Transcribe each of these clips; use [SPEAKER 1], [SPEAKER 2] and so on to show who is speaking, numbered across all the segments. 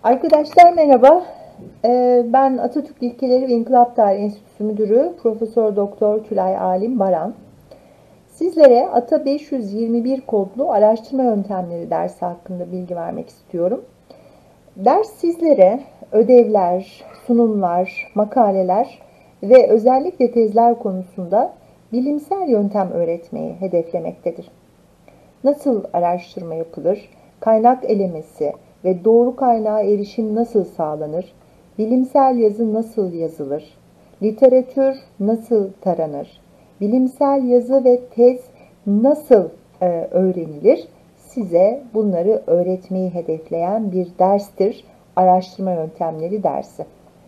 [SPEAKER 1] Arkadaşlar merhaba. Ben Atatürk İlkeleri ve İnkılap Tarihi Enstitüsü Müdürü Profesör Doktor Tülay Alim Baran. Sizlere ATA 521 kodlu araştırma yöntemleri dersi hakkında bilgi vermek istiyorum. Ders sizlere ödevler, sunumlar, makaleler ve özellikle tezler konusunda bilimsel yöntem öğretmeyi hedeflemektedir. Nasıl araştırma yapılır, kaynak elemesi ve doğru kaynağa erişim nasıl sağlanır, bilimsel yazı nasıl yazılır, literatür nasıl taranır, bilimsel yazı ve tez nasıl öğrenilir, size bunları öğretmeyi hedefleyen bir derstir araştırma yöntemleri dersi.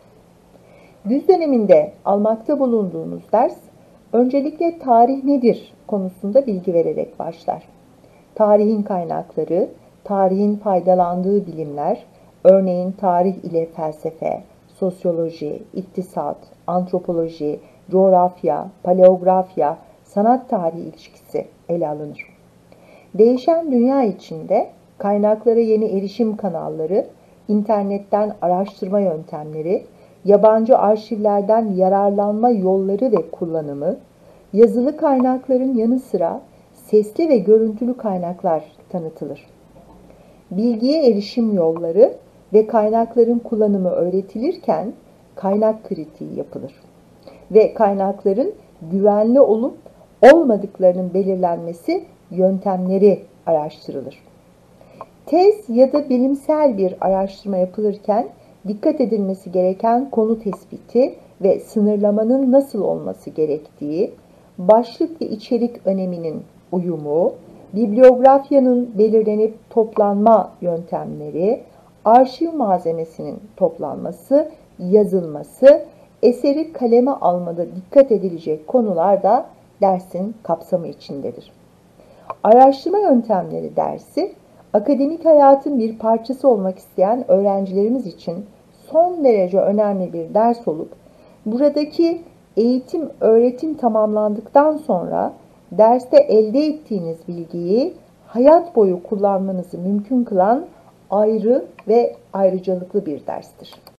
[SPEAKER 1] Güz döneminde almakta bulunduğunuz ders, öncelikle tarih nedir konusunda bilgi vererek başlar. Tarihin kaynakları, tarihin faydalandığı bilimler, örneğin tarih ile felsefe, sosyoloji, iktisat, antropoloji, coğrafya, paleografya, sanat tarihi ilişkisi ele alınır. Değişen dünya içinde kaynaklara yeni erişim kanalları, internetten araştırma yöntemleri, yabancı arşivlerden yararlanma yolları ve kullanımı, yazılı kaynakların yanı sıra sesli ve görüntülü kaynaklar tanıtılır. Bilgiye erişim yolları ve kaynakların kullanımı öğretilirken kaynak kritiği yapılır. Ve kaynakların güvenli olup olmadıklarının belirlenmesi yöntemleri araştırılır. Tez ya da bilimsel bir araştırma yapılırken dikkat edilmesi gereken konu tespiti ve sınırlamanın nasıl olması gerektiği, başlık ve içerik öneminin uyumu, bibliografyanın belirlenip toplanma yöntemleri, arşiv malzemesinin toplanması, yazılması, eseri kaleme almada dikkat edilecek konular da dersin kapsamı içindedir. Araştırma yöntemleri dersi, akademik hayatın bir parçası olmak isteyen öğrencilerimiz için son derece önemli bir ders olup, buradaki eğitim, öğretim tamamlandıktan sonra derste elde ettiğiniz bilgiyi hayat boyu kullanmanızı mümkün kılan ayrı ve ayrıcalıklı bir derstir.